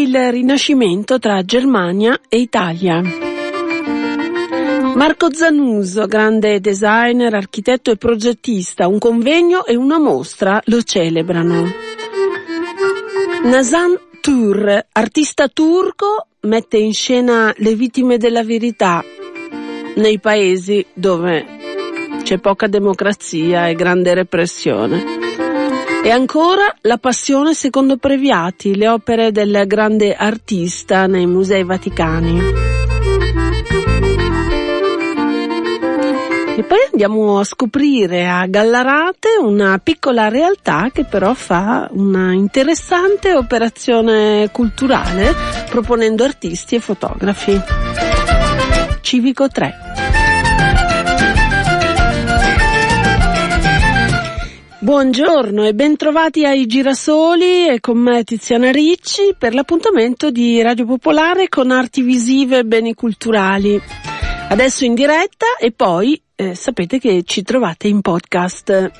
il Rinascimento tra Germania e Italia. Marco Zanuso, grande designer, architetto e progettista, un convegno e una mostra lo celebrano. Nazan Tur, artista turco, mette in scena le vittime della verità nei paesi dove c'è poca democrazia e grande repressione. E ancora la passione secondo Previati, le opere del grande artista nei musei vaticani. E poi andiamo a scoprire a Gallarate una piccola realtà che però fa una interessante operazione culturale proponendo artisti e fotografi. Civico 3. Buongiorno e bentrovati ai Girasoli e con me Tiziana Ricci per l'appuntamento di Radio Popolare con arti visive e beni culturali. Adesso in diretta e poi sapete che ci trovate in podcast.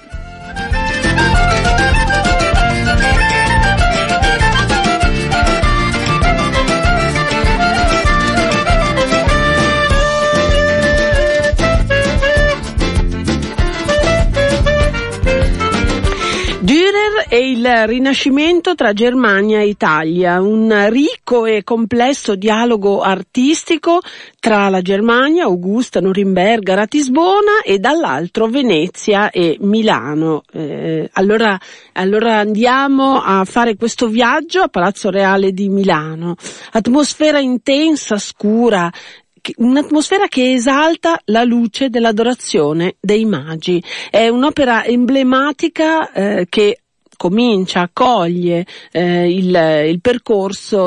Dürer e il Rinascimento tra Germania e Italia, un ricco e complesso dialogo artistico tra la Germania, Augusta, Norimberga, Ratisbona e dall'altro Venezia e Milano. Allora andiamo a fare questo viaggio a Palazzo Reale di Milano. Atmosfera intensa, scura, un'atmosfera che esalta la luce dell'adorazione dei magi. È un'opera emblematica che accoglie il percorso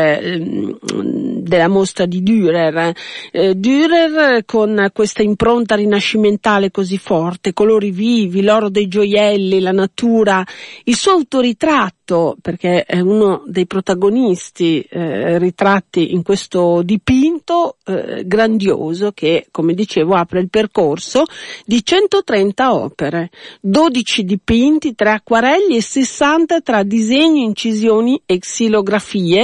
della mostra di Dürer. Dürer con questa impronta rinascimentale così forte, colori vivi, l'oro dei gioielli, la natura, il suo autoritratto, perché è uno dei protagonisti ritratti in questo dipinto grandioso che, come dicevo, apre il percorso di 130 opere, 12 dipinti, 3 acquarelli e 60 tra disegni, incisioni e xilografie.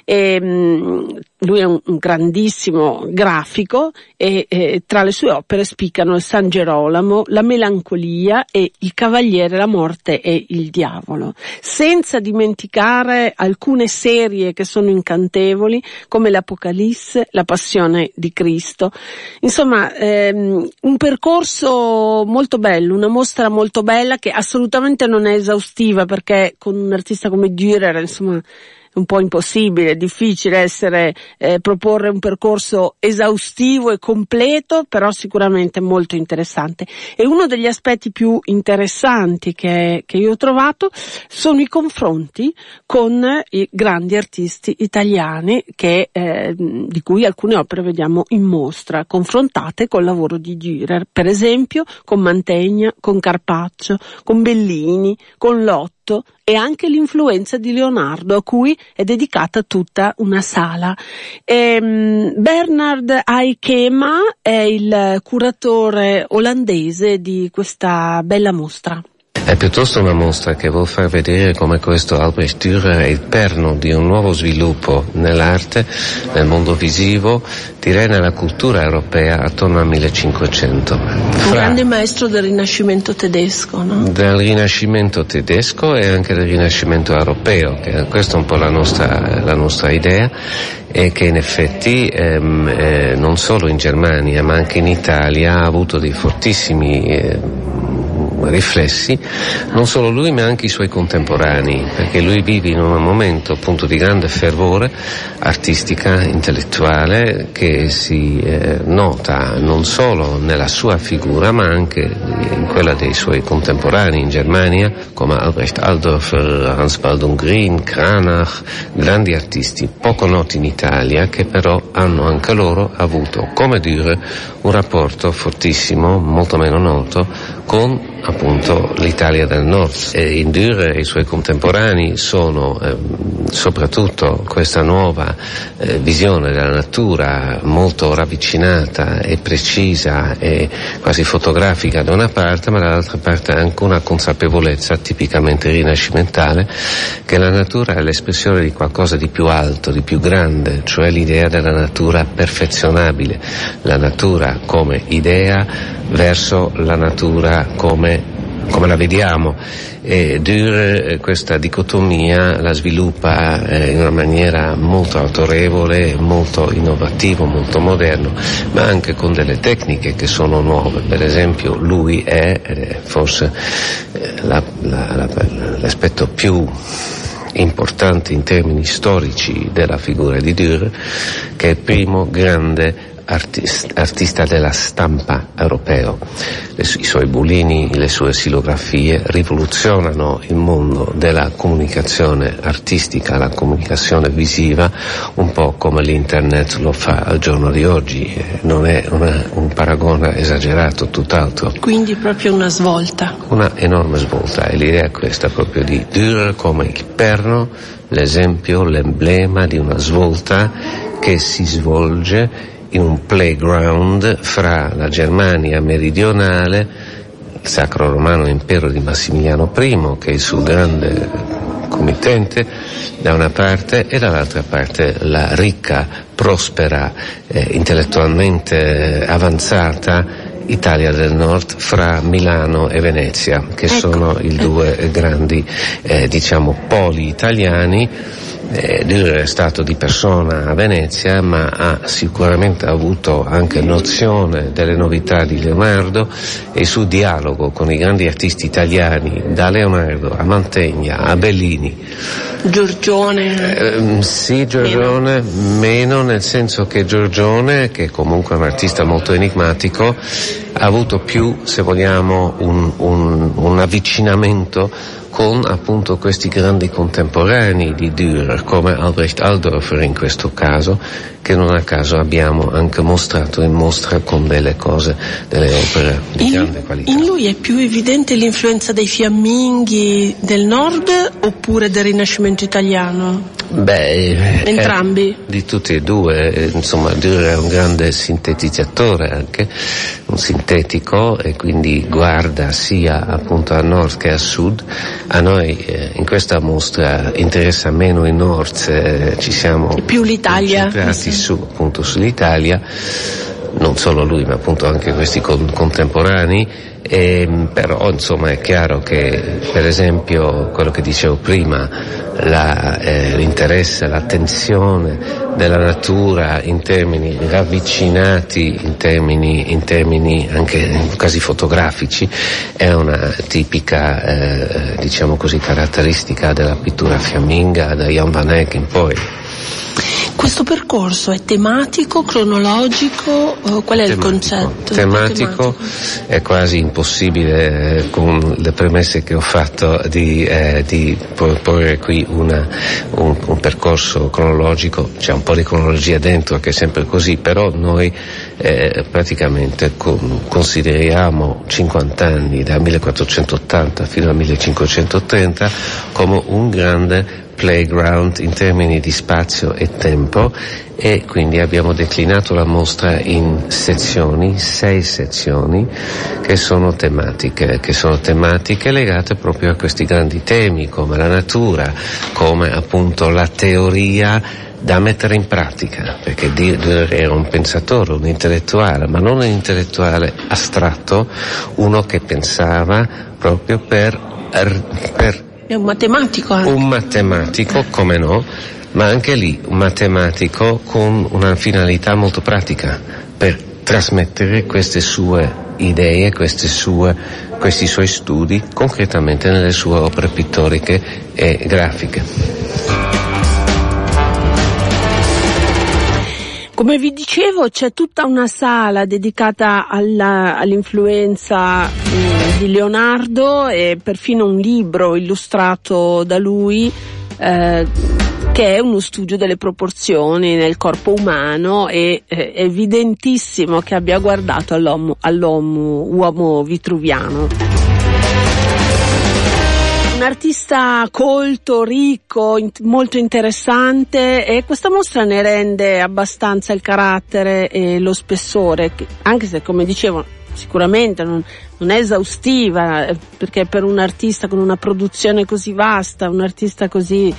Lui è un grandissimo grafico e tra le sue opere spiccano il San Gerolamo, la Melancolia e il Cavaliere, la Morte e il Diavolo. Senza dimenticare alcune serie che sono incantevoli come l'Apocalisse, la Passione di Cristo. Insomma, un percorso molto bello, una mostra molto bella che assolutamente non è esaustiva perché con un artista come Dürer, insomma, è un po' impossibile, è difficile proporre un percorso esaustivo e completo, però sicuramente molto interessante. E uno degli aspetti più interessanti che io ho trovato sono i confronti con i grandi artisti italiani di cui alcune opere vediamo in mostra, confrontate col lavoro di Dürer, per esempio con Mantegna, con Carpaccio, con Bellini, con Lotto, e anche l'influenza di Leonardo, a cui è dedicata tutta una sala. Bernard Aikema è il curatore olandese di questa bella mostra. È piuttosto una mostra che vuol far vedere come questo Albrecht Dürer è il perno di un nuovo sviluppo nell'arte, nel mondo visivo, direi nella cultura europea attorno al 1500. Un grande maestro del Rinascimento tedesco, no? Del Rinascimento tedesco e anche del Rinascimento europeo, che questa è un po' la nostra idea, e che in effetti non solo in Germania ma anche in Italia ha avuto dei fortissimi riflessi, non solo lui ma anche i suoi contemporanei, perché lui vive in un momento appunto di grande fervore artistica, intellettuale, che si nota non solo nella sua figura ma anche in quella dei suoi contemporanei in Germania come Albrecht Alldorfer, Hans Baldung Grien, Cranach, grandi artisti poco noti in Italia che però hanno anche loro avuto come Dürer un rapporto fortissimo, molto meno noto, con appunto l'Italia del Nord. In Dürer e i suoi contemporanei sono soprattutto questa nuova visione della natura molto ravvicinata e precisa e quasi fotografica da una parte, ma dall'altra parte anche una consapevolezza tipicamente rinascimentale che la natura è l'espressione di qualcosa di più alto, di più grande, cioè l'idea della natura perfezionabile, la natura come idea verso la natura come la vediamo. E Dürer questa dicotomia la sviluppa in una maniera molto autorevole, molto innovativa, molto moderno, ma anche con delle tecniche che sono nuove. Per esempio lui è forse l'aspetto più importante in termini storici della figura di Dürer, che è il primo grande artista della stampa europeo. I suoi bulini, le sue silografie rivoluzionano il mondo della comunicazione artistica, la comunicazione visiva, un po' come l'internet lo fa al giorno di oggi. Non è un paragone esagerato, tutt'altro. Quindi proprio una svolta. Una enorme svolta, e l'idea è questa proprio di Dürer come il perno, l'esempio, l'emblema di una svolta che si svolge in un playground fra la Germania meridionale, il Sacro Romano Impero di Massimiliano I, che è il suo grande committente da una parte, e dall'altra parte la ricca, prospera, intellettualmente avanzata Italia del Nord fra Milano e Venezia, che sono i due grandi poli italiani. Dürer è stato di persona a Venezia, ma ha sicuramente avuto anche nozione delle novità di Leonardo, e il suo dialogo con i grandi artisti italiani, da Leonardo a Mantegna a Bellini. Giorgione? Sì, Giorgione meno, nel senso che Giorgione, che comunque è un artista molto enigmatico, ha avuto più, se vogliamo, un avvicinamento con appunto questi grandi contemporanei di Dürer, come Albrecht Aldorfer in questo caso, che non a caso abbiamo anche mostrato in mostra con delle cose, delle opere di grande qualità. In lui è più evidente l'influenza dei fiamminghi del nord oppure del Rinascimento italiano? Entrambi? Di tutti e due, insomma Dürer è un grande sintetizzatore, anche un sintetico, e quindi guarda sia appunto a nord che a sud. A noi in questa mostra interessa meno il nord, ci siamo più l'Italia concentrati appunto sull'Italia, non solo lui ma appunto anche questi contemporanei. Però insomma è chiaro che, per esempio, quello che dicevo prima, l'interesse, l'attenzione della natura in termini ravvicinati, in termini anche quasi fotografici, è una tipica diciamo così caratteristica della pittura fiamminga da Jan van Eyck in poi. Questo percorso è tematico, cronologico? Qual è il concetto? Tematico è quasi impossibile con le premesse che ho fatto di proporre qui un percorso cronologico. C'è un po' di cronologia dentro, che è sempre così, però noi praticamente consideriamo 50 anni, dal 1480 fino al 1530, come un grande playground in termini di spazio e tempo, e quindi abbiamo declinato la mostra in sezioni, 6 sezioni, che sono tematiche legate proprio a questi grandi temi, come la natura, come appunto la teoria da mettere in pratica, perché Dürer era un pensatore, un intellettuale, ma non un intellettuale astratto, uno che pensava proprio per è un matematico anche. Un matematico, come no, ma anche lì un matematico con una finalità molto pratica, per trasmettere queste sue idee, questi suoi studi concretamente nelle sue opere pittoriche e grafiche. Come vi dicevo, c'è tutta una sala dedicata all'influenza di Leonardo, e perfino un libro illustrato da lui che è uno studio delle proporzioni nel corpo umano, e è evidentissimo che abbia guardato all'uomo vitruviano. un artista colto, ricco, molto interessante, e questa mostra ne rende abbastanza il carattere e lo spessore, anche se, come dicevo, sicuramente non è esaustiva, perché per un artista con una produzione così vasta, un artista così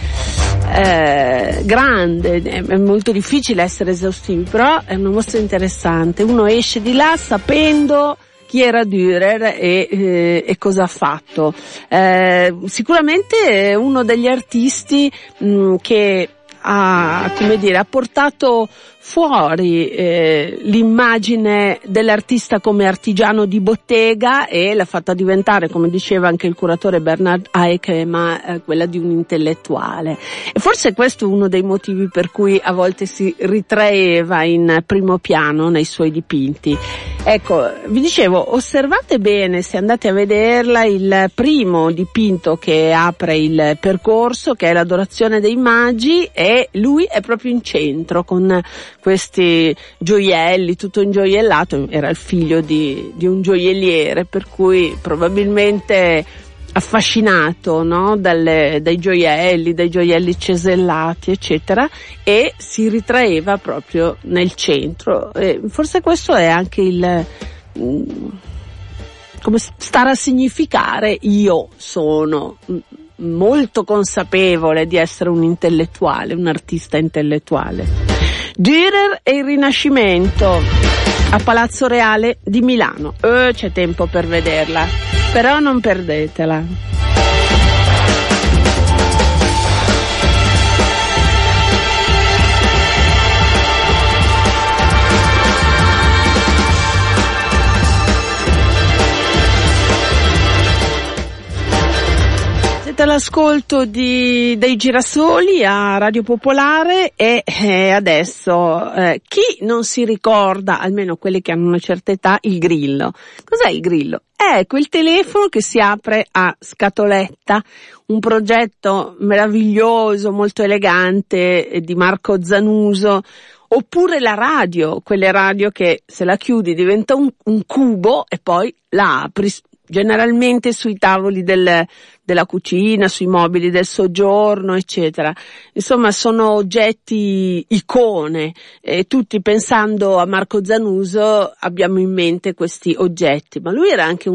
grande, è molto difficile essere esaustivi, però è una mostra interessante. Uno esce di là sapendo chi era Dürer e cosa ha fatto. Sicuramente è uno degli artisti che ha portato fuori l'immagine dell'artista come artigiano di bottega e l'ha fatta diventare, come diceva anche il curatore Bernard Aikema, quella di un intellettuale. E forse questo è uno dei motivi per cui a volte si ritraeva in primo piano nei suoi dipinti. Ecco, vi dicevo, osservate bene, se andate a vederla, il primo dipinto che apre il percorso, che è l'Adorazione dei Magi, e lui è proprio in centro con questi gioielli, tutto ingioiellato. Era il figlio di un gioielliere, per cui probabilmente affascinato, no? Dai gioielli cesellati, eccetera, e si ritraeva proprio nel centro. E forse questo è anche come stare a significare: io sono molto consapevole di essere un intellettuale, un artista intellettuale. Dürer e il Rinascimento a Palazzo Reale di Milano. C'è tempo per vederla, però non perdetela. All'ascolto dei Girasoli a Radio Popolare e adesso chi non si ricorda, almeno quelli che hanno una certa età, il grillo. Cos'è il grillo? È quel telefono che si apre a scatoletta, un progetto meraviglioso, molto elegante di Marco Zanuso. Oppure la radio, quelle radio che se la chiudi diventa un cubo e poi la apri, generalmente sui tavoli della cucina, sui mobili del soggiorno, eccetera. Insomma, sono oggetti icone, e tutti, pensando a Marco Zanuso, abbiamo in mente questi oggetti, ma lui era anche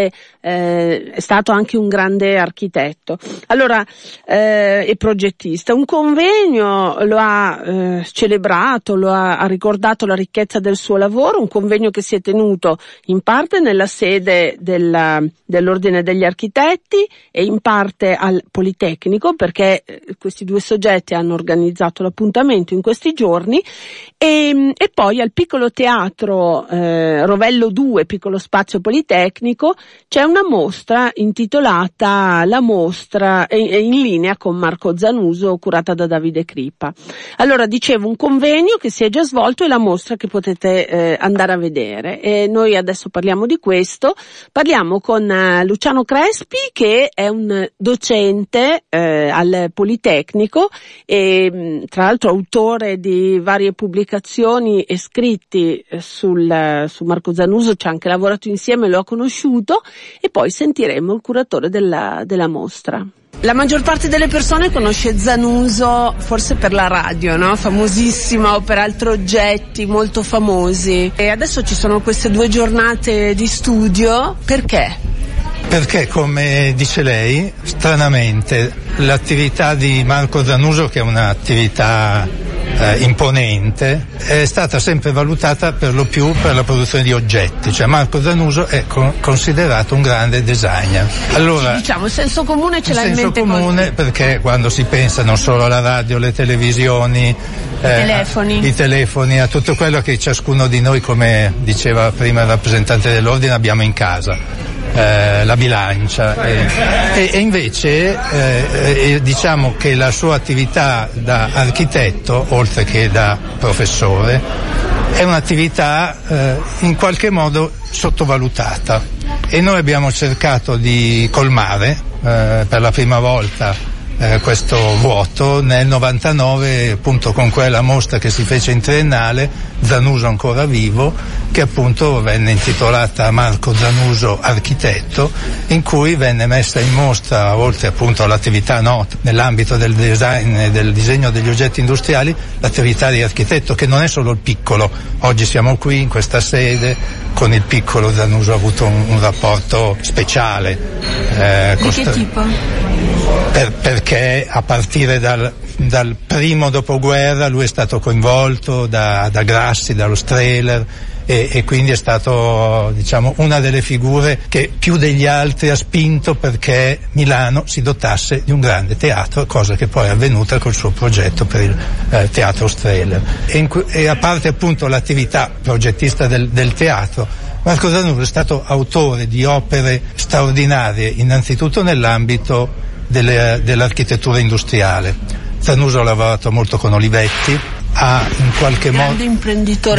è stato anche un grande architetto. Allora, e progettista. Un convegno lo ha celebrato, ha ricordato la ricchezza del suo lavoro, un convegno che si è tenuto in parte nella sede dell'Ordine degli Architetti e in parte al Politecnico, perché questi due soggetti hanno organizzato l'appuntamento in questi giorni, e poi al piccolo teatro Rovello 2, piccolo spazio Politecnico, c'è una mostra intitolata La Mostra, in linea con Marco Zanuso, curata da Davide Crippa. Allora, dicevo, un convegno che si è già svolto e la mostra che potete andare a vedere, e noi adesso parliamo di questo. Parliamo con Luciano Crespi, che è un docente al Politecnico e tra l'altro autore di varie pubblicazioni e scritti su Marco Zanuso. Ci ha anche lavorato insieme, lo ha conosciuto, e poi sentiremo il curatore della mostra. La maggior parte delle persone conosce Zanuso forse per la radio, no? Famosissima, o per altri oggetti molto famosi. E adesso ci sono queste 2 giornate di studio. Perché? Perché, come dice lei, stranamente l'attività di Marco Zanuso, che è un'attività imponente, è stata sempre valutata per lo più per la produzione di oggetti. Cioè Marco Zanuso è considerato un grande designer. Allora, diciamo, il senso comune ce l'ha in mente. Il senso comune, perché quando si pensa non solo alla radio, alle televisioni, i telefoni, a tutto quello che ciascuno di noi, come diceva prima il rappresentante dell'ordine, abbiamo in casa. La bilancia e invece diciamo che la sua attività da architetto, oltre che da professore, è un'attività in qualche modo sottovalutata, e noi abbiamo cercato di colmare per la prima volta questo vuoto nel 99, appunto con quella mostra che si fece in triennale, Zanuso ancora vivo, che appunto venne intitolata a Marco Zanuso architetto, in cui venne messa in mostra, oltre appunto all'attività nota nell'ambito del design e del disegno degli oggetti industriali, l'attività di architetto, che non è solo il piccolo. Oggi siamo qui in questa sede, con il piccolo Zanuso ha avuto un rapporto speciale. Di che tipo? Perché a partire dal primo dopoguerra lui è stato coinvolto da Grassi, dallo Strehler, e quindi è stato, diciamo, una delle figure che più degli altri ha spinto perché Milano si dotasse di un grande teatro, cosa che poi è avvenuta col suo progetto per il teatro Strehler. E a parte appunto l'attività progettista del teatro, Marco Zanuso è stato autore di opere straordinarie, innanzitutto nell'ambito dell'architettura industriale. Zanuso ha lavorato molto con Olivetti, ha in qualche modo grande imprenditore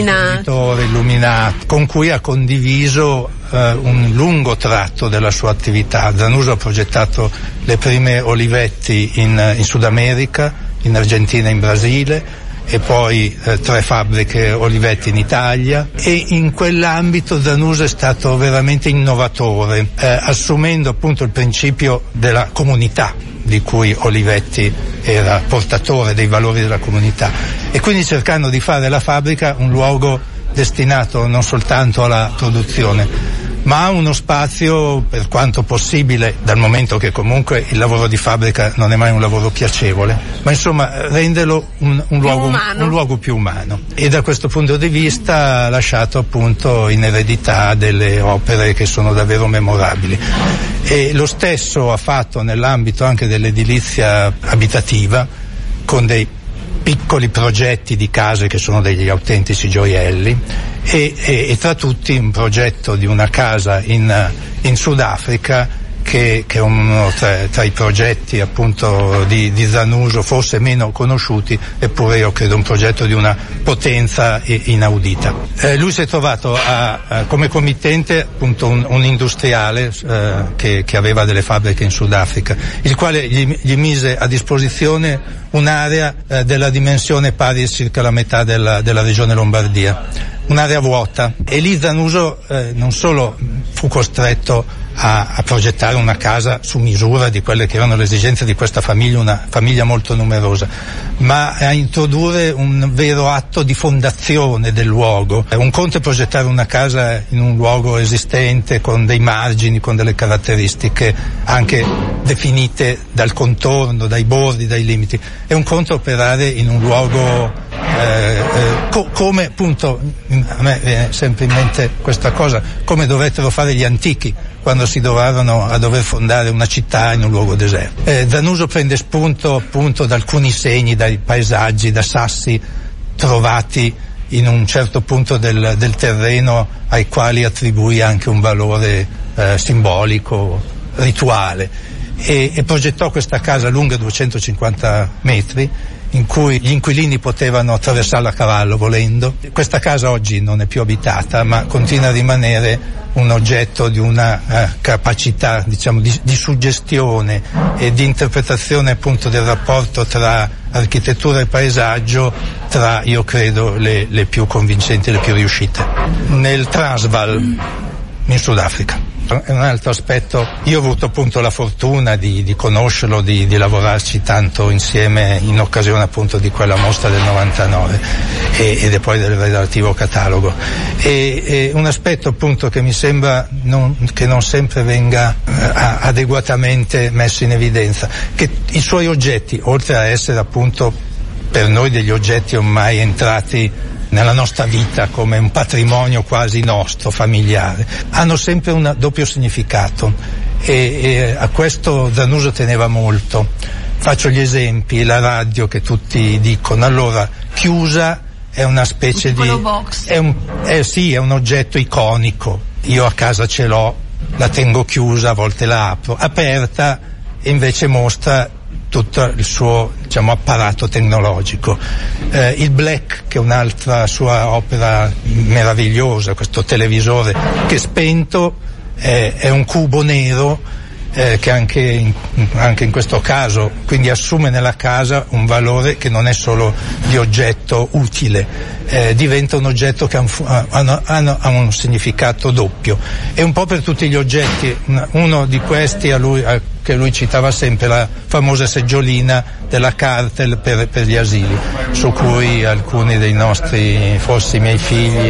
illuminato, con cui ha condiviso un lungo tratto della sua attività. Zanuso ha progettato le prime Olivetti in Sud America, in Argentina e in Brasile, e poi 3 fabbriche Olivetti in Italia, e in quell'ambito Zanuso è stato veramente innovatore, assumendo appunto il principio della comunità, di cui Olivetti era portatore dei valori della comunità, e quindi cercando di fare la fabbrica un luogo destinato non soltanto alla produzione, ma uno spazio per quanto possibile, dal momento che comunque il lavoro di fabbrica non è mai un lavoro piacevole, ma insomma renderlo un luogo più umano. E da questo punto di vista ha lasciato appunto in eredità delle opere che sono davvero memorabili. E lo stesso ha fatto nell'ambito anche dell'edilizia abitativa, con dei piccoli progetti di case che sono degli autentici gioielli, e tra tutti un progetto di una casa in Sudafrica che è uno tra i progetti appunto di Zanuso, forse meno conosciuti, eppure io credo un progetto di una potenza inaudita. Lui si è trovato come committente appunto un industriale che aveva delle fabbriche in Sudafrica, il quale gli mise a disposizione un'area della dimensione pari a circa la metà della regione Lombardia, un'area vuota, e lì Zanuso non solo fu costretto a progettare una casa su misura di quelle che erano le esigenze di questa famiglia, una famiglia molto numerosa, ma a introdurre un vero atto di fondazione del luogo. Un conto è progettare una casa in un luogo esistente, con dei margini, con delle caratteristiche anche definite dal contorno, dai bordi, dai limiti. È un conto operare in un luogo come appunto, a me viene sempre in mente questa cosa, come dovettero fare gli antichi quando si trovarono a dover fondare una città in un luogo deserto. Zanuso prende spunto appunto da alcuni segni, dai paesaggi, da sassi trovati in un certo punto del terreno, ai quali attribuì anche un valore simbolico, rituale, e progettò questa casa lunga 250 metri, in cui gli inquilini potevano attraversarla a cavallo volendo. Questa casa oggi non è più abitata, ma continua a rimanere un oggetto di una capacità, diciamo, di suggestione e di interpretazione appunto del rapporto tra architettura e paesaggio, tra, io credo, le più convincenti e le più riuscite. Nel Transvaal, in Sudafrica. È un altro aspetto. Io ho avuto appunto la fortuna di conoscerlo, di lavorarci tanto insieme in occasione appunto di quella mostra del 99 e poi del relativo catalogo. E un aspetto appunto che mi sembra che non sempre venga adeguatamente messo in evidenza, che i suoi oggetti, oltre a essere appunto per noi degli oggetti ormai entrati nella nostra vita come un patrimonio quasi nostro, familiare, hanno sempre un doppio significato, e a questo Zanuso teneva molto. Faccio gli esempi: la radio che tutti dicono, allora chiusa è una specie di box. È un oggetto iconico, io a casa ce l'ho, la tengo chiusa, a volte la apro, aperta e invece mostra tutto il suo, diciamo, apparato tecnologico. Il Black, che è un'altra sua opera meravigliosa, questo televisore che spento è un cubo nero che anche in questo caso quindi assume nella casa un valore che non è solo di oggetto utile, diventa un oggetto che ha un significato doppio. E un po' per tutti gli oggetti, uno di questi che lui citava sempre, la famosa seggiolina della Cartel per gli asili, su cui alcuni dei nostri, forse i miei figli,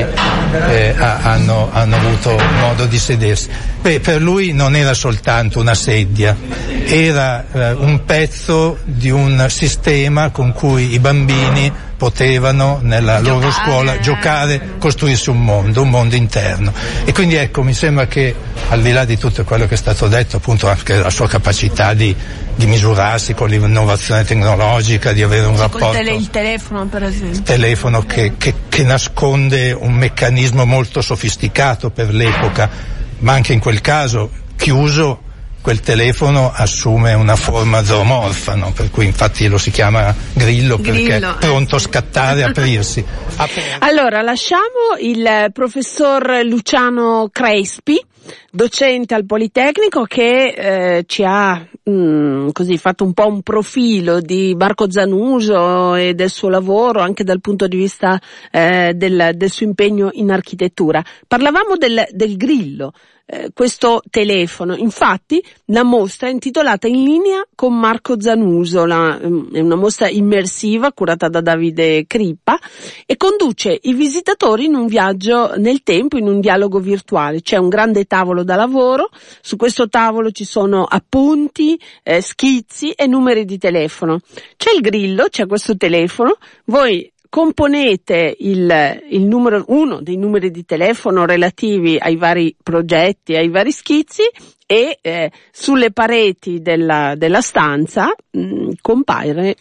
hanno avuto modo di sedersi. Per lui non era soltanto una sedia, era un pezzo di un sistema con cui i bambini potevano nella loro scuola giocare, costruirsi un mondo interno. E quindi ecco, mi sembra che al di là di tutto quello che è stato detto, appunto anche la sua capacità di misurarsi con l'innovazione tecnologica, di avere un rapporto, il telefono per esempio, telefono che nasconde un meccanismo molto sofisticato per l'epoca, ma anche in quel caso chiuso, quel telefono assume una forma zoomorfa, no? Per cui infatti lo si chiama grillo perché è pronto a scattare, a aprirsi. Allora, lasciamo il professor Luciano Crespi, docente al Politecnico, che ci ha così fatto un po' un profilo di Marco Zanuso e del suo lavoro, anche dal punto di vista del suo impegno in architettura. Parlavamo del grillo. Questo telefono, infatti la mostra è intitolata In linea con Marco Zanuso, è una mostra immersiva curata da Davide Crippa e conduce i visitatori in un viaggio nel tempo, in un dialogo virtuale. C'è un grande tavolo da lavoro, su questo tavolo ci sono appunti, schizzi e numeri di telefono. C'è il grillo, c'è questo telefono, voi componete uno dei numeri di telefono relativi ai vari progetti, ai vari schizzi, e sulle pareti della stanza compare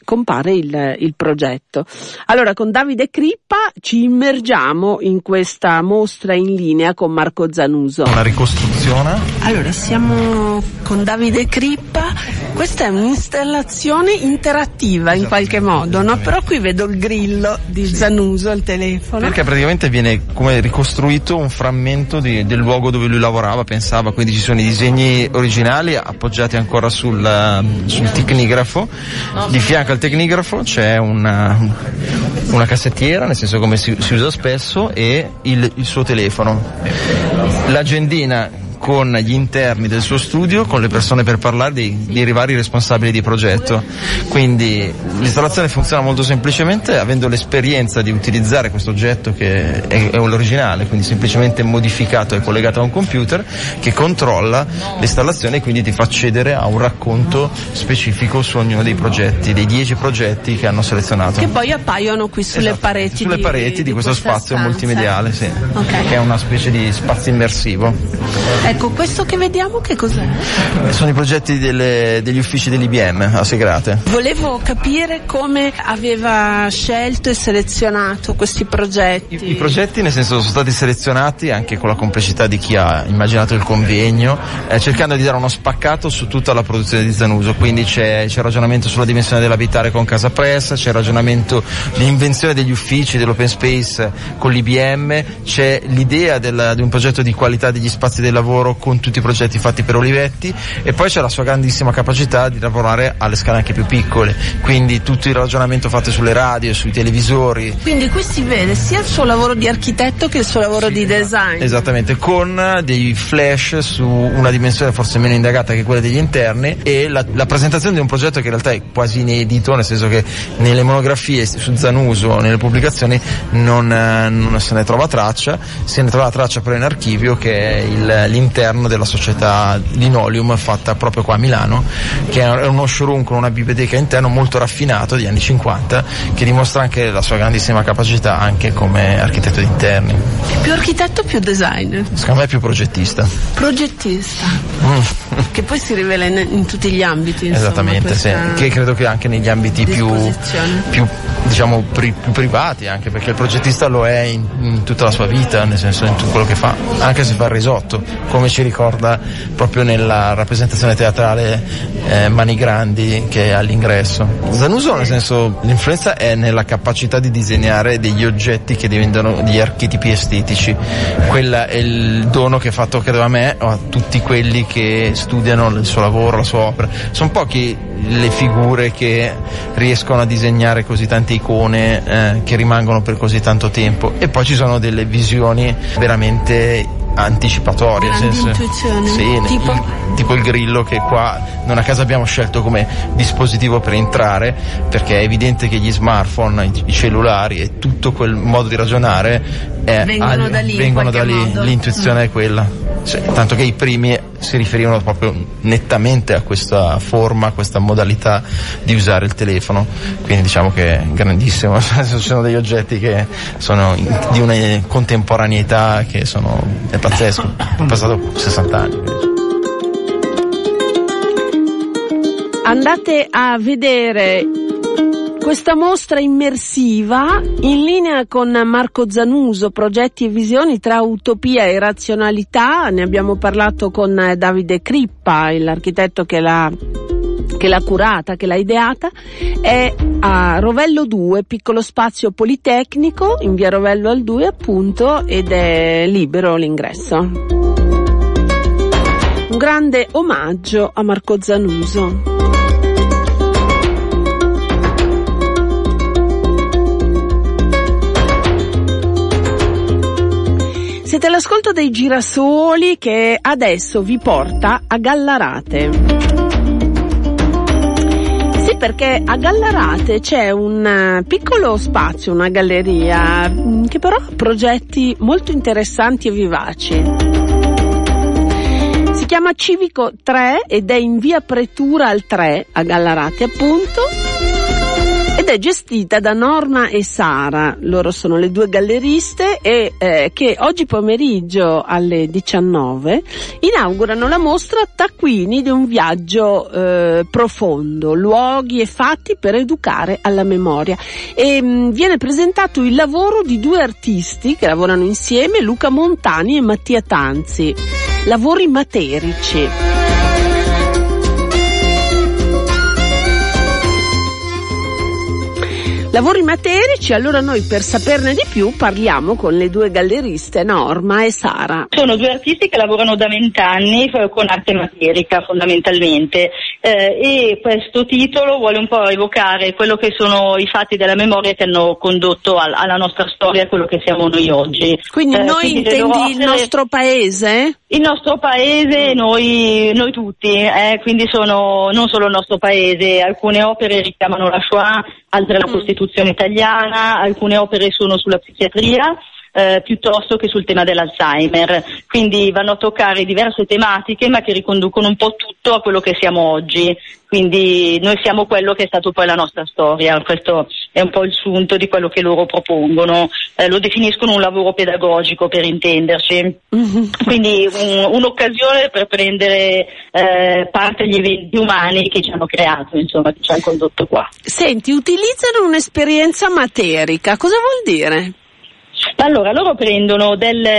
il progetto. Allora, con Davide Crippa ci immergiamo in questa mostra in linea con Marco Zanuso. Una ricostruzione? Allora, siamo con Davide Crippa, questa è un'installazione interattiva in qualche modo, no? Però qui vedo il grillo di Zanuso al telefono. Perché praticamente viene come ricostruito un frammento del luogo dove lui lavorava, pensava, quindi ci sono i disegni originali appoggiati ancora sul tecnigrafo. Di fianco al tecnigrafo c'è una cassettiera, nel senso come si usa spesso, e il suo telefono. L'agendina con gli interni del suo studio, con le persone per parlare dei vari responsabili di progetto. Quindi l'installazione funziona molto semplicemente, avendo l'esperienza di utilizzare questo oggetto che è l'originale, quindi semplicemente modificato e collegato a un computer che controlla l'installazione e quindi ti fa accedere a un racconto specifico su ognuno dei progetti, dei 10 progetti che hanno selezionato. Che poi appaiono qui sulle pareti di questo spazio stanza multimediale, sì. Okay. Che è una specie di spazio immersivo. Ecco, questo che vediamo che cos'è? Sono i progetti degli uffici dell'IBM a Segrate. Volevo capire come aveva scelto e selezionato questi progetti. I progetti, nel senso, sono stati selezionati anche con la complicità di chi ha immaginato il convegno, cercando di dare uno spaccato su tutta la produzione di Zanuso. Quindi c'è il ragionamento sulla dimensione dell'abitare con Casa Press, c'è il ragionamento di invenzione degli uffici, dell'open space con l'IBM, c'è l'idea di un progetto di qualità degli spazi del lavoro con tutti i progetti fatti per Olivetti, e poi c'è la sua grandissima capacità di lavorare alle scale anche più piccole, quindi tutto il ragionamento fatto sulle radio, sui televisori. Quindi qui si vede sia il suo lavoro di architetto che il suo lavoro di design. Esattamente, con dei flash su una dimensione forse meno indagata che quella degli interni, e la presentazione di un progetto che in realtà è quasi inedito, nel senso che nelle monografie su Zanuso, nelle pubblicazioni non se ne trova traccia, se ne trova traccia però in archivio, che è l'interno della società Linoleum, fatta proprio qua a Milano, che è uno showroom con una biblioteca interno molto raffinato degli anni 50, che dimostra anche la sua grandissima capacità anche come architetto di interni. Più architetto o più designer? Secondo me è più progettista. Progettista. Che poi si rivela in tutti gli ambiti, insomma. Esattamente, sì. Che credo che anche negli ambiti più diciamo più privati, anche perché il progettista lo è in tutta la sua vita, nel senso in tutto quello che fa, anche se fa il risotto, come come ci ricorda proprio nella rappresentazione teatrale Mani Grandi che è all'ingresso. Zanuso, nel senso, l'influenza è nella capacità di disegnare degli oggetti che diventano degli archetipi estetici. Quella è il dono che fa toccare a me o a tutti quelli che studiano il suo lavoro, la sua opera. Sono pochi le figure che riescono a disegnare così tante icone che rimangono per così tanto tempo, e poi ci sono delle visioni veramente anticipatorie, sì, tipo il grillo, che qua non a caso abbiamo scelto come dispositivo per entrare, perché è evidente che gli smartphone, i cellulari e tutto quel modo di ragionare vengono da lì, l'intuizione è quella, tanto che i primi si riferivano proprio nettamente a questa forma, a questa modalità di usare il telefono, quindi diciamo che è grandissimo. Ci sono degli oggetti che sono di una contemporaneità che è pazzesco, è passato 60 anni. Andate a vedere questa mostra immersiva in linea con Marco Zanuso, progetti e visioni tra utopia e razionalità. Ne abbiamo parlato con Davide Crippa, l'architetto che l'ha curata, che l'ha ideata. È a Rovello 2, piccolo spazio politecnico, in via Rovello al 2 appunto, ed è libero l'ingresso. Un grande omaggio a Marco Zanuso. Siete all'ascolto dei Girasoli, che adesso vi porta a Gallarate. Sì, perché a Gallarate c'è un piccolo spazio, una galleria, che però ha progetti molto interessanti e vivaci. Si chiama Civico 3 ed è in via Pretura al 3 a Gallarate appunto, ed è gestita da Norma e Sara. Loro sono le due galleriste e che oggi pomeriggio alle 19 inaugurano la mostra Taccuini di un viaggio profondo, luoghi e fatti per educare alla memoria, e viene presentato il lavoro di due artisti che lavorano insieme, Luca Montani e Mattia Tanzi, lavori materici. Lavori materici, allora noi per saperne di più parliamo con le due galleriste Norma e Sara. Sono due artisti che lavorano da 20 anni con arte materica fondamentalmente, e questo titolo vuole un po' evocare quello che sono i fatti della memoria che hanno condotto alla nostra storia, quello che siamo noi oggi. Quindi noi intendi il nostro paese? Il nostro paese, noi tutti, quindi non solo il nostro paese. Alcune opere richiamano la Shoah, altre la Costituzione italiana, alcune opere sono sulla psichiatria, piuttosto che sul tema dell'Alzheimer, quindi vanno a toccare diverse tematiche ma che riconducono un po' tutto a quello che siamo oggi, quindi noi siamo quello che è stato poi la nostra storia. Questo è un po' il sunto di quello che loro propongono, lo definiscono un lavoro pedagogico per intenderci, quindi un'occasione per prendere parte agli eventi umani che ci hanno creato, insomma, che ci hanno condotto qua. Senti, utilizzano un'esperienza materica, cosa vuol dire? Allora, loro prendono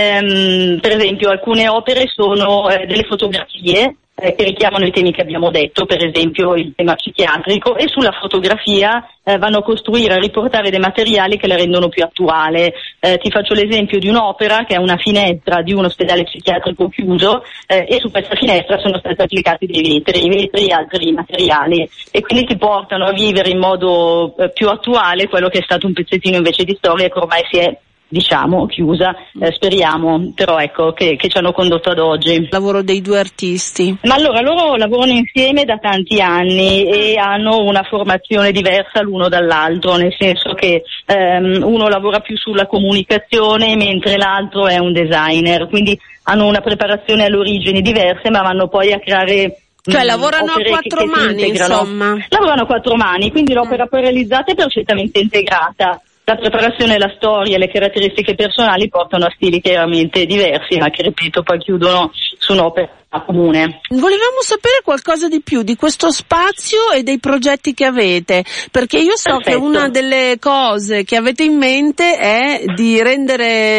per esempio alcune opere sono delle fotografie che richiamano i temi che abbiamo detto, per esempio il tema psichiatrico, e sulla fotografia vanno a costruire, a riportare dei materiali che la rendono più attuale. Ti faccio l'esempio di un'opera che è una finestra di un ospedale psichiatrico chiuso, e su questa finestra sono stati applicati dei vetri e altri materiali, e quindi ti portano a vivere in modo più attuale quello che è stato un pezzettino invece di storia che ormai si è, diciamo, chiusa, speriamo, però ecco che ci hanno condotto ad oggi. Il lavoro dei due artisti. Ma allora, loro lavorano insieme da tanti anni e hanno una formazione diversa l'uno dall'altro, nel senso che uno lavora più sulla comunicazione mentre l'altro è un designer, quindi hanno una preparazione all'origine diverse, ma vanno poi a creare. Cioè lavorano a quattro mani, insomma. Lavorano a quattro mani, quindi l'opera poi realizzata è perfettamente integrata. La preparazione, la storia e le caratteristiche personali portano a stili chiaramente diversi, ma che, ripeto, poi chiudono su un'opera comune. Volevamo sapere qualcosa di più di questo spazio e dei progetti che avete, perché io so che una delle cose che avete in mente è di rendere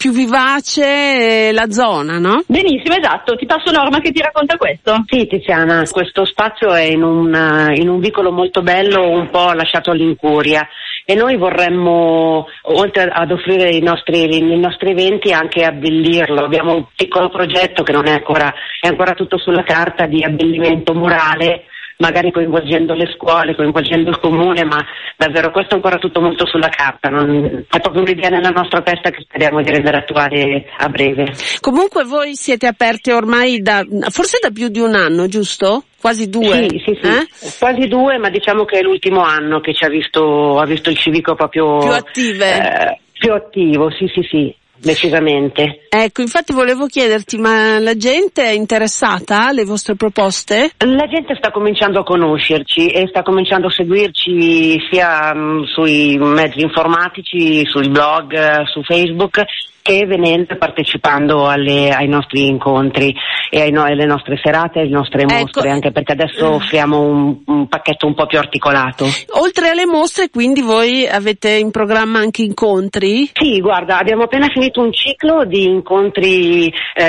più vivace la zona, no? Benissimo, esatto. Ti passo Norma che ti racconta questo. Sì, Tiziana, questo spazio è in un vicolo molto bello, un po' lasciato all'incuria, e noi vorremmo, oltre ad offrire i nostri eventi, anche abbellirlo. Abbiamo un piccolo progetto che non è ancora tutto sulla carta, di abbellimento murale, magari coinvolgendo le scuole, coinvolgendo il comune, ma davvero questo è ancora tutto molto sulla carta, è proprio un'idea nella nostra testa che speriamo di rendere attuale a breve. Comunque voi siete aperti ormai forse da più di un anno, giusto? Quasi 2? Sì. Quasi 2, ma diciamo che è l'ultimo anno che ha visto il civico proprio più attive. Più attivo, sì. Decisamente. Ecco, infatti volevo chiederti, ma la gente è interessata alle vostre proposte? La gente sta cominciando a conoscerci e sta cominciando a seguirci sia sui mezzi informatici, sui blog, su Facebook, che venendo e partecipando ai nostri incontri e alle nostre serate, alle nostre mostre, anche perché adesso offriamo un pacchetto un po' più articolato. Oltre alle mostre, quindi voi avete in programma anche incontri? Sì, guarda, abbiamo appena finito un ciclo di incontri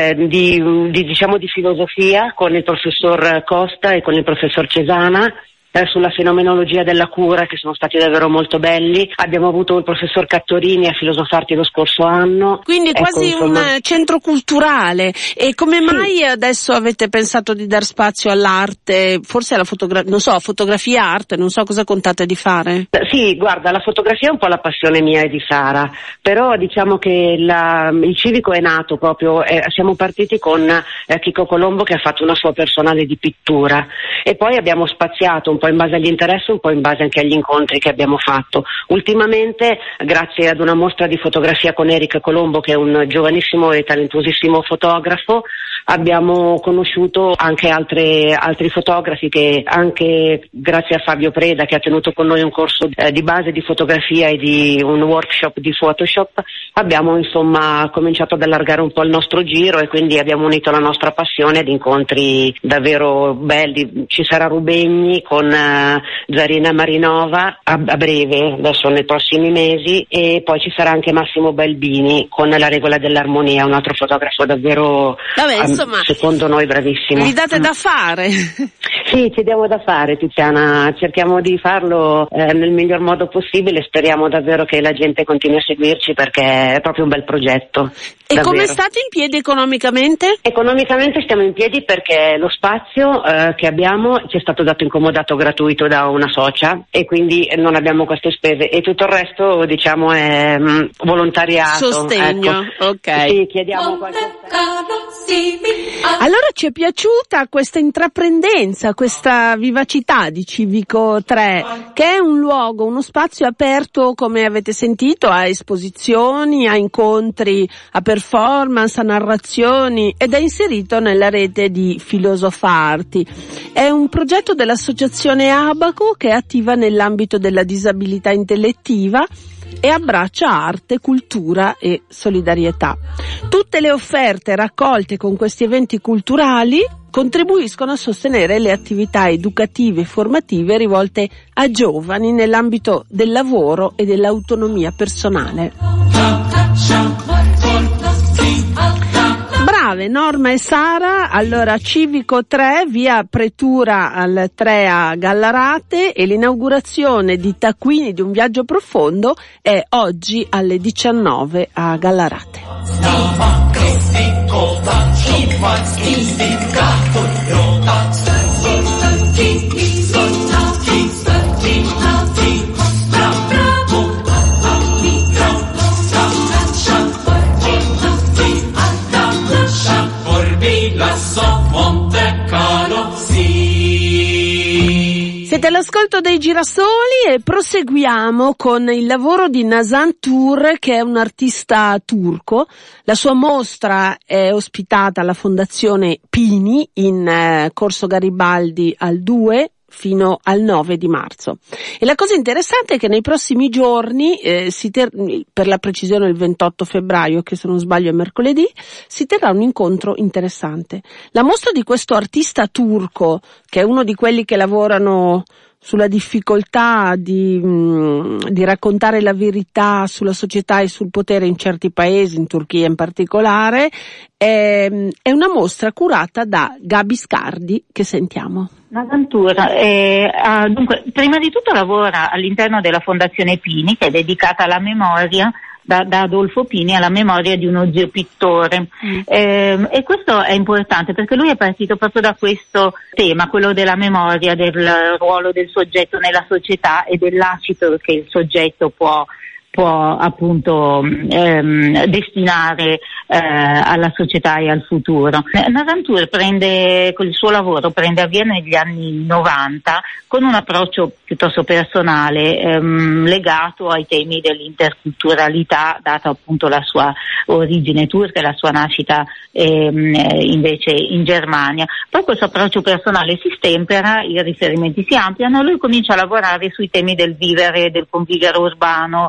di filosofia con il professor Costa e con il professor Cesana, sulla fenomenologia della cura, che sono stati davvero molto belli. Abbiamo avuto il professor Cattorini a Filosofarti lo scorso anno. Quindi è quasi un centro culturale. E come mai adesso avete pensato di dar spazio all'arte, forse alla fotografia arte, non so cosa contate di fare? Sì, guarda, la fotografia è un po' la passione mia e di Sara, però diciamo che il civico è nato proprio, siamo partiti con Chico Colombo, che ha fatto una sua personale di pittura, e poi abbiamo spaziato un po' in base agli interessi, un po' in base anche agli incontri che abbiamo fatto. Ultimamente, grazie ad una mostra di fotografia con Eric Colombo, che è un giovanissimo e talentuosissimo fotografo, abbiamo conosciuto anche altri fotografi, che anche grazie a Fabio Preda, che ha tenuto con noi un corso di base di fotografia e di un workshop di Photoshop, abbiamo insomma cominciato ad allargare un po' il nostro giro, e quindi abbiamo unito la nostra passione ad incontri davvero belli. Ci sarà Rubegni con Zarina Marinova a breve, adesso nei prossimi mesi, e poi ci sarà anche Massimo Balbini con La regola dell'armonia, un altro fotografo davvero, insomma, secondo noi bravissimo. Vi date da fare? Sì, ci diamo da fare, Tiziana, cerchiamo di farlo nel miglior modo possibile, speriamo davvero che la gente continui a seguirci, perché è proprio un bel progetto. E davvero. come state in piedi economicamente? Economicamente stiamo in piedi perché lo spazio che abbiamo ci è stato dato in comodato gratuito da una socia, e quindi non abbiamo queste spese, e tutto il resto diciamo è volontariato. Sostegno, ecco. Ok. Sì, chiediamo qualche. Allora ci è piaciuta questa intraprendenza, questa vivacità di Civico 3, che è un luogo, uno spazio aperto, come avete sentito, a esposizioni, a incontri, a performance, a narrazioni, ed è inserito nella rete di Filosofarti. È un progetto dell'associazione Abaco, che è attiva nell'ambito della disabilità intellettiva e abbraccia arte, cultura e solidarietà. Tutte le offerte raccolte con questi eventi culturali contribuiscono a sostenere le attività educative e formative rivolte a giovani nell'ambito del lavoro e dell'autonomia personale. Brave Norma e Sara. Allora, Civico 3, via Pretura al 3 a Gallarate, e l'inaugurazione di Taccuini di un viaggio profondo è oggi alle 19 a Gallarate. Siete all'ascolto dei Girasoli e proseguiamo con il lavoro di Nazan Tur, che è un artista turco. La sua mostra è ospitata alla Fondazione Pini in Corso Garibaldi al 2 fino al 9 di marzo. E la cosa interessante è che nei prossimi giorni, per la precisione il 28 febbraio, che se non sbaglio è mercoledì, si terrà un incontro interessante. La mostra di questo artista turco, che è uno di quelli che lavorano sulla difficoltà di raccontare la verità sulla società e sul potere in certi paesi, in Turchia in particolare. È una mostra curata da Gabi Scardi, che sentiamo. Nasantur dunque, prima di tutto lavora all'interno della Fondazione Pini, che è dedicata alla memoria da Adolfo Pini, alla memoria di uno zio pittore. E questo è importante perché lui è partito proprio da questo tema, quello della memoria, del ruolo del soggetto nella società e del lascito che il soggetto può appunto destinare alla società e al futuro. Nasantur con il suo lavoro prende avvio negli anni 90 con un approccio piuttosto personale legato ai temi dell'interculturalità, data appunto la sua origine turca e la sua nascita invece in Germania. Poi questo approccio personale si stempera, i riferimenti si ampliano, lui comincia a lavorare sui temi del vivere, del convivere urbano,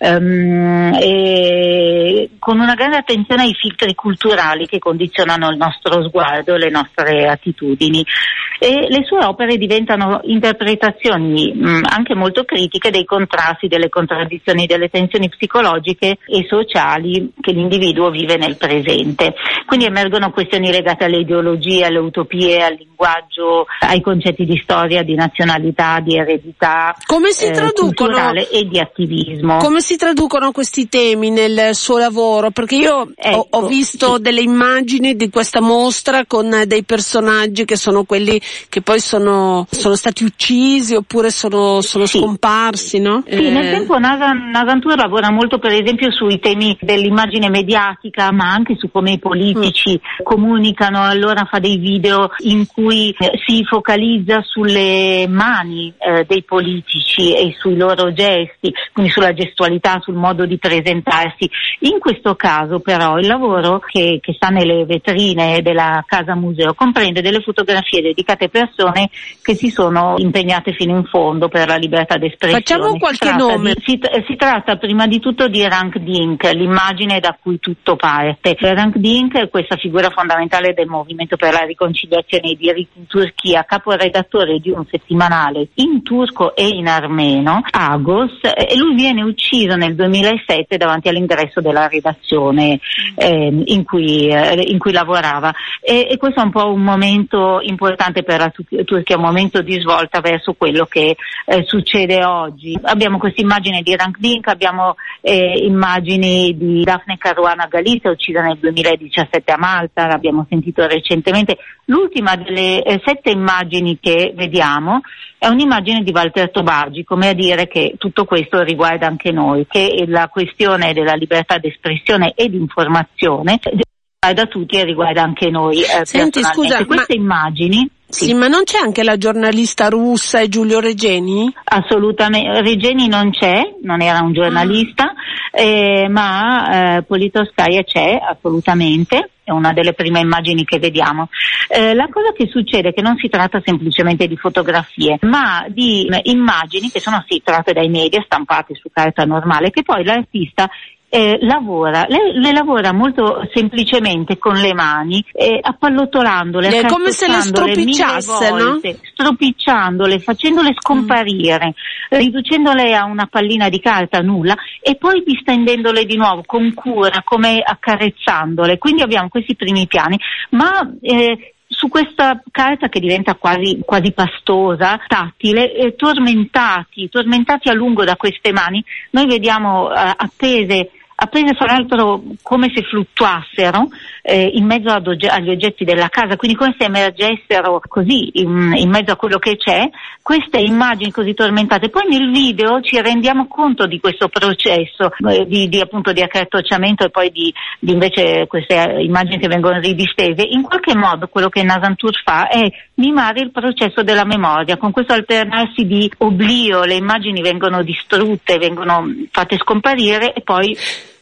e con una grande attenzione ai filtri culturali che condizionano il nostro sguardo, le nostre attitudini, e le sue opere diventano interpretazioni anche molto critiche dei contrasti, delle contraddizioni, delle tensioni psicologiche e sociali che l'individuo vive nel presente. Quindi emergono questioni legate alle ideologie, alle utopie, al linguaggio, ai concetti di storia, di nazionalità, di eredità, culturale e di attivismo. Come si traducono questi temi nel suo lavoro? Perché io ho visto delle immagini di questa mostra con dei personaggi che sono quelli che poi sono stati uccisi oppure sono scomparsi, no? Sì, nel tempo Nasantur lavora molto per esempio sui temi dell'immagine mediatica, ma anche su come i politici comunicano. Allora fa dei video in cui si focalizza sulle mani dei politici e sui loro gesti, quindi sulla gestualità, sul modo di presentarsi. In questo caso però il lavoro che sta nelle vetrine della Casa Museo comprende delle fotografie dedicate a persone che si sono impegnate fino in fondo per la libertà d'espressione. Facciamo qualche nome. Si tratta prima di tutto di Hrant Dink, l'immagine da cui tutto parte. Hrant Dink è questa figura fondamentale del movimento per la riconciliazione e i diritti in Turchia, caporedattore di un settimanale in turco e in armeno, Agos, e lui viene ucciso nel 2007 davanti all'ingresso della redazione in cui lavorava, e questo è un po' un momento importante per la Turchia, un momento di svolta verso quello che succede oggi. Abbiamo questa immagine di Hrant Dink, abbiamo immagini di Daphne Caruana Galizia, uccisa nel 2017 a Malta, l'abbiamo sentito recentemente. L'ultima delle 7 immagini che vediamo è un'immagine di Walter Tobagi, come a dire che tutto questo riguarda anche noi, che la questione della libertà d'espressione e di informazione riguarda tutti e riguarda anche noi. Senti, scusa, queste immagini... Sì, ma non c'è anche la giornalista russa e Giulio Regeni? Assolutamente, Regeni non c'è, non era un giornalista, ma Politkovskaya c'è assolutamente, è una delle prime immagini che vediamo. La cosa che succede è che non si tratta semplicemente di fotografie, ma di immagini che sono tratte dai media, stampate su carta normale, che poi l'artista le lavora molto semplicemente con le mani, appallottolandole, è come se le stropicciasse, no? Stropicciandole, facendole scomparire, riducendole a una pallina di carta nulla e poi distendendole di nuovo con cura, come accarezzandole. Quindi abbiamo questi primi piani, ma su questa carta che diventa quasi pastosa, tattile, tormentati a lungo da queste mani, noi vediamo appese fra l'altro come se fluttuassero in mezzo agli oggetti della casa, quindi come se emergessero così in mezzo a quello che c'è, queste immagini così tormentate. Poi nel video ci rendiamo conto di questo processo di appunto di accartocciamento e poi di invece queste immagini che vengono ridistese. In qualche modo quello che Nasantur fa è mimare il processo della memoria, con questo alternarsi di oblio, le immagini vengono distrutte, vengono fatte scomparire e poi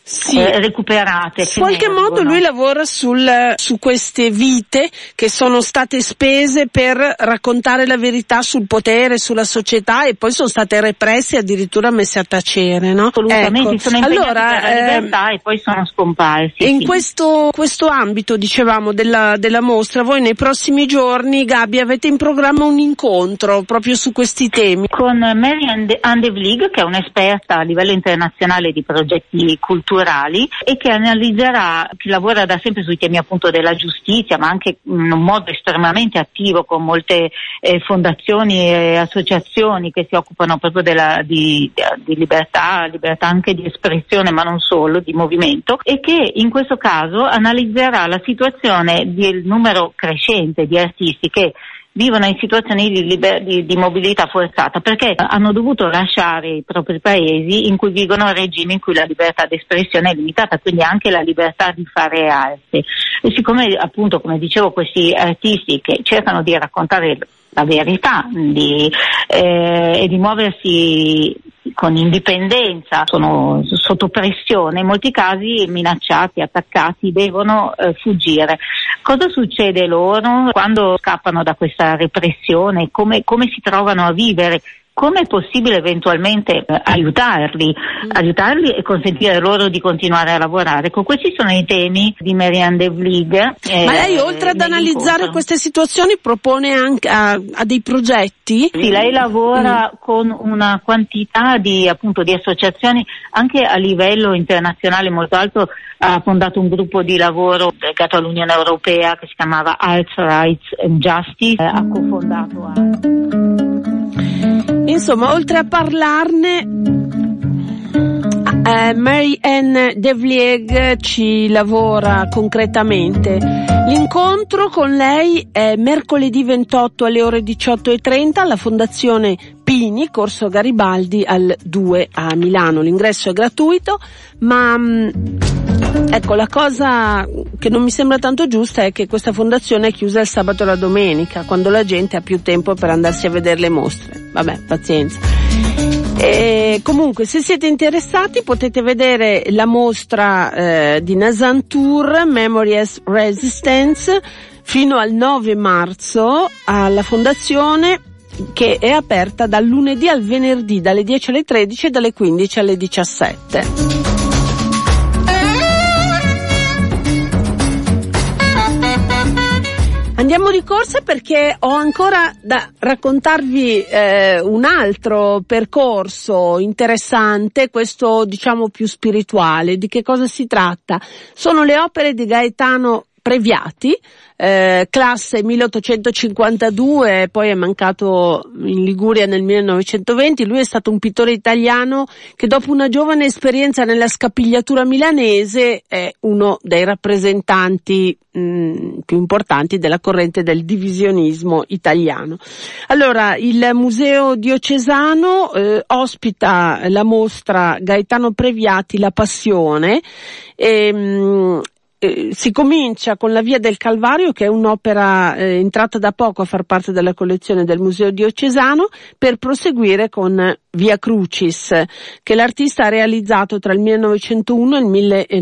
recuperate. In qualche modo lui lavora su queste vite che sono state spese per raccontare la verità sul potere, sulla società, e poi sono state represse e addirittura messe a tacere, no? Assolutamente, sono impegnati per la libertà e poi sono scomparsi. In questo ambito, dicevamo, della mostra, voi nei prossimi giorni, Gabi, avete in programma un incontro proprio su questi temi. Con Mary Ann de Vlieg, che è un'esperta a livello internazionale di progetti culturali e che analizzerà, che lavora da sempre sui temi appunto della giustizia, ma anche in un modo estremamente attivo con molte fondazioni e associazioni che si occupano proprio di libertà anche di espressione, ma non solo, di movimento, e che in questo caso analizzerà la situazione del numero crescente di artisti che vivono in situazioni di mobilità forzata, perché hanno dovuto lasciare i propri paesi in cui vivono regimi in cui la libertà d'espressione è limitata, quindi anche la libertà di fare arte. E siccome appunto, come dicevo, questi artisti che cercano di raccontare la verità e di muoversi con indipendenza, sono sotto pressione, in molti casi minacciati, attaccati, devono fuggire. Cosa succede loro quando scappano da questa repressione? Come si trovano a vivere? Come è possibile eventualmente aiutarli e consentire loro di continuare a lavorare? Ecco, questi sono i temi di Mary Ann de Vlieg. Ma lei, oltre ad analizzare queste situazioni, propone anche a dei progetti? Sì, lei lavora con una quantità di associazioni anche a livello internazionale molto alto. Ha fondato un gruppo di lavoro legato all'Unione Europea che si chiamava Arts, Rights and Justice. Ha cofondato Insomma, oltre a parlarne, Mary Ann de Vlieg ci lavora concretamente. L'incontro con lei è mercoledì 28 alle ore 18:30 alla Fondazione Pini, Corso Garibaldi al 2 a Milano. L'ingresso è gratuito, ma ecco, la cosa che non mi sembra tanto giusta è che questa fondazione è chiusa il sabato e la domenica, quando la gente ha più tempo per andarsi a vedere le mostre. Vabbè, pazienza. E comunque, se siete interessati, potete vedere la mostra di Nazantour, Memory as Resistance, fino al 9 marzo alla Fondazione, che è aperta dal lunedì al venerdì, dalle 10 alle 13 e dalle 15 alle 17. Andiamo di corsa perché ho ancora da raccontarvi un altro percorso interessante, questo diciamo più spirituale. Di che cosa si tratta? Sono le opere di Gaetano Previati, classe 1852, poi è mancato in Liguria nel 1920. Lui è stato un pittore italiano che dopo una giovane esperienza nella scapigliatura milanese è uno dei rappresentanti più importanti della corrente del divisionismo italiano. Allora, il Museo Diocesano ospita la mostra Gaetano Previati, La Passione, si comincia con la Via del Calvario, che è un'opera entrata da poco a far parte della collezione del Museo Diocesano, per proseguire con Via Crucis, che l'artista ha realizzato tra il 1901 e il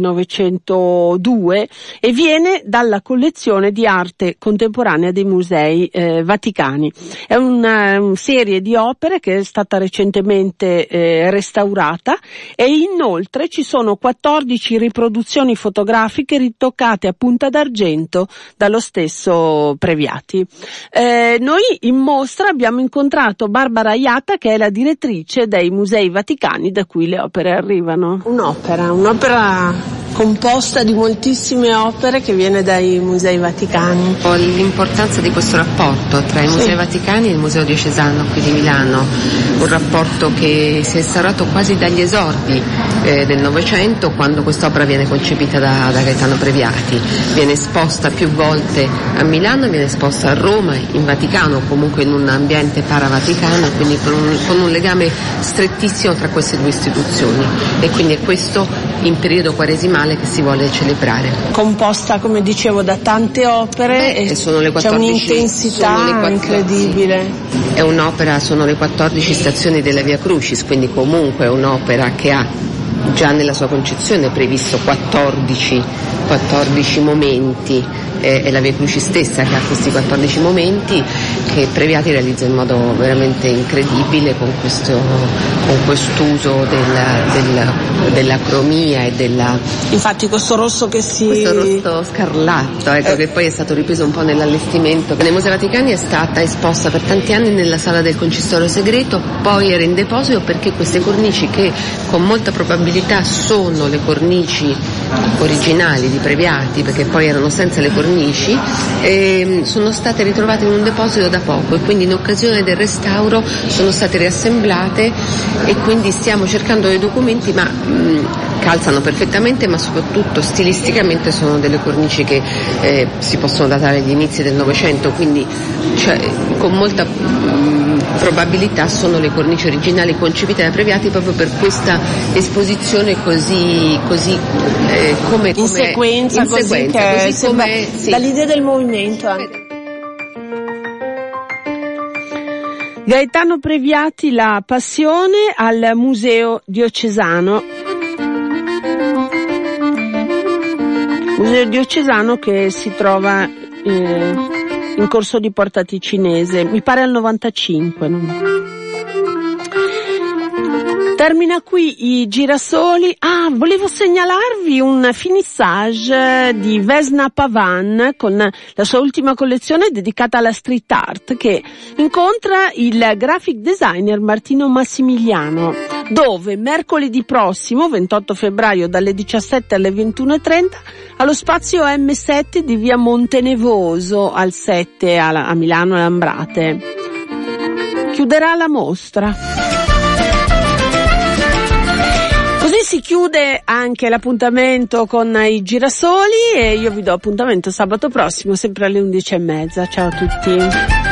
1902 e viene dalla collezione di arte contemporanea dei musei vaticani. È una serie di opere che è stata recentemente restaurata, e inoltre ci sono 14 riproduzioni fotografiche ritoccate a punta d'argento dallo stesso Previati. Noi in mostra abbiamo incontrato Barbara Aiata, che è la direttrice dei musei vaticani da cui le opere arrivano. Un'opera composta di moltissime opere che viene dai musei vaticani. L'importanza di questo rapporto tra i musei vaticani e il Museo Diocesano qui di Milano, un rapporto che si è instaurato quasi dagli esordi del Novecento, quando quest'opera viene concepita da Gaetano Previati. Viene esposta più volte a Milano, viene esposta a Roma, in Vaticano, comunque in un ambiente paravaticano, quindi con un legame strettissimo tra queste due istituzioni, e quindi è questo in periodo quaresimale che si vuole celebrare. Composta, come dicevo, da tante opere e sono le 14, c'è un'intensità incredibile. Sì. È un'opera, sono le 14 stazioni della Via Crucis, quindi comunque è un'opera che ha già nella sua concezione previsto 14 momenti, è la Via Crucis stessa che ha questi 14 momenti che Previati realizza in modo veramente incredibile con quest'uso della cromia e infatti questo rosso questo rosso scarlatto, che poi è stato ripreso un po' nell'allestimento. Nei Musei Vaticani è stata esposta per tanti anni nella sala del Concistoro Segreto, poi era in deposito perché queste cornici, che con molta probabilità sono le cornici originali di Previati, perché poi erano senza le cornici, sono state ritrovate in un deposito da poco e quindi in occasione del restauro sono state riassemblate e quindi stiamo cercando dei documenti, ma calzano perfettamente, ma soprattutto stilisticamente sono delle cornici che si possono datare agli inizi del Novecento, quindi con molta probabilità sono le cornici originali concepite da Previati proprio per questa esposizione così come in sequenza, così come sì. Dall'idea del movimento anche. Gaetano Previati, La Passione al Museo Diocesano. Museo Diocesano che si trova in Corso di Porta Ticinese, mi pare al 95. Termina qui i girasoli. Volevo segnalarvi un finissage di Vesna Pavan con la sua ultima collezione dedicata alla street art, che incontra il graphic designer Martino Massimiliano, dove mercoledì prossimo, 28 febbraio, dalle 17 alle 21:30, allo spazio M7 di via Montenevoso al 7 a Milano Lambrate. Chiuderà la mostra. Così si chiude anche l'appuntamento con i girasoli e io vi do appuntamento sabato prossimo sempre alle 11:30. Ciao a tutti.